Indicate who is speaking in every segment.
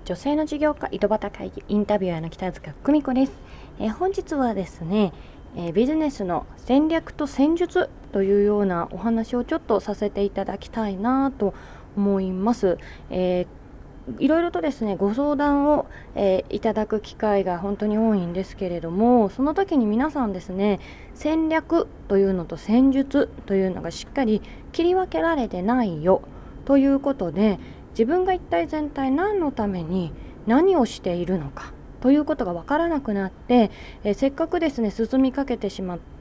Speaker 1: 女性の事業家井戸端会議インタビュアーの北塚久美子です。本日はですね、ビジネスの戦略と戦術というようなお話をちょっとさせていただきたいなと思います。いろいろとですねご相談を、いただく機会が本当に多いんですけれども、その時に皆さんですね、戦略というのと戦術というのがしっかり切り分けられてないよということで、自分が一体全体何のために何をしているのかということが分からなくなって、せっかくですね進みかけて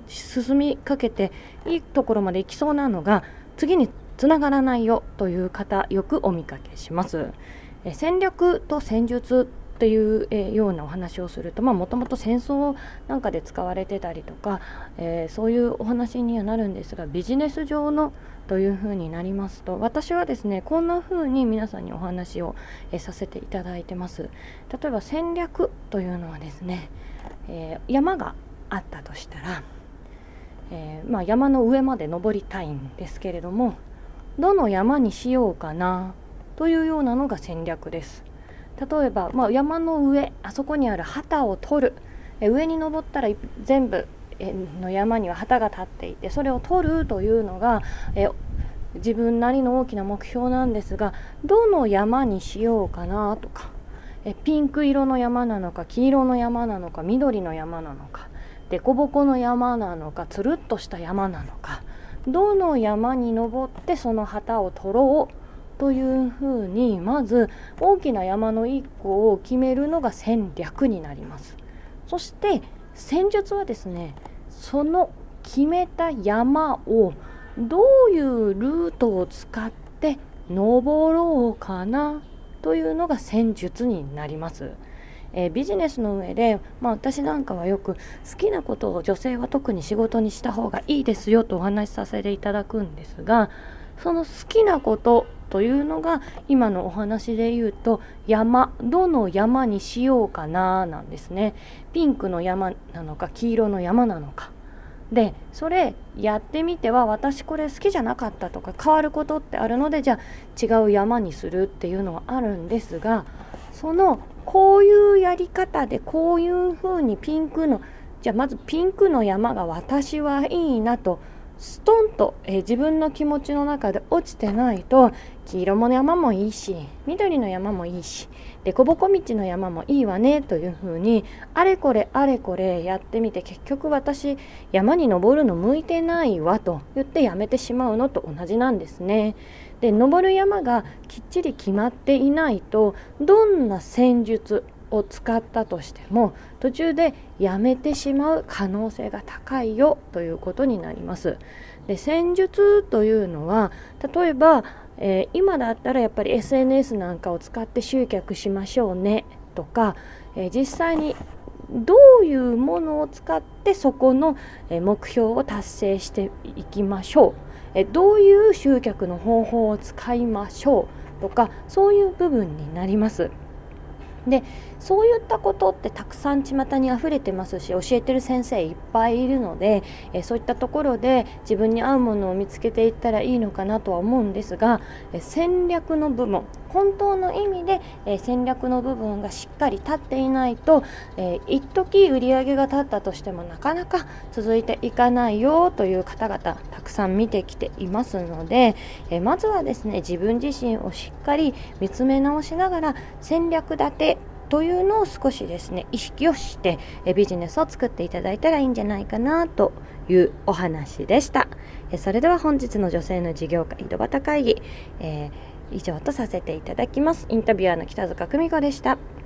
Speaker 1: いいところまで行きそうなのが次につながらないよという方、よくお見かけします。戦略と戦術っていう、ようなお話をすると、もともと戦争なんかで使われてたりとか、そういうお話にはなるんですが、ビジネス上のというふうになりますと、私はですねこんなふうに皆さんにお話を、させていただいてます。例えば戦略というのはですね、山があったとしたら、山の上まで登りたいんですけれども、どの山にしようかなというようなのが戦略です。例えば、山の上、あそこにある旗を取る、上に登ったら全部の山には旗が立っていて、それを取るというのが自分なりの大きな目標なんですが、どの山にしようかなとか、ピンク色の山なのか黄色の山なのか緑の山なのか凸凹の山なのかつるっとした山なのか、どの山に登ってその旗を取ろうというふうに、まず大きな山の一個を決めるのが戦略になります。そして戦術はですね、その決めた山をどういうルートを使って登ろうかなというのが戦術になります。ビジネスの上で、私なんかはよく好きなことを女性は特に仕事にした方がいいですよとお話しさせていただくんですが、その好きなことというのが今のお話で言うと、どの山にしようかななんですね。ピンクの山なのか黄色の山なのかで、それやってみては私これ好きじゃなかったとか変わることってあるので、じゃあ違う山にするっていうのはあるんですが、こういうやり方でこういうふうにまずピンクの山が私はいいなとストンと、自分の気持ちの中で落ちてないと、黄色の山もいいし緑の山もいいし凸凹道の山もいいわねというふうにあれこれやってみて、結局私山に登るの向いてないわと言ってやめてしまうのと同じなんですね。で、登る山がきっちり決まっていないと、どんな戦術を使ったとしても途中でやめてしまう可能性が高いよということになります。で、戦術というのは例えば、今だったらやっぱり SNS なんかを使って集客しましょうねとか、実際にどういうものを使ってそこの目標を達成していきましょう、どういう集客の方法を使いましょうとか、そういう部分になります。で、そういったことってたくさん巷に溢れてますし、教えてる先生いっぱいいるので、そういったところで自分に合うものを見つけていったらいいのかなとは思うんですが、戦略の部分、本当の意味で、戦略の部分がしっかり立っていないと、一時売り上げが立ったとしてもなかなか続いていかないよという方々たくさん見てきていますので、まずはですね自分自身をしっかり見つめ直しながら、戦略立てというのを少しですね意識をしてビジネスを作っていただいたらいいんじゃないかなというお話でした。それでは本日の女性の事業家井戸端会議、以上とさせていただきます。インタビュアーの北塚久美子でした。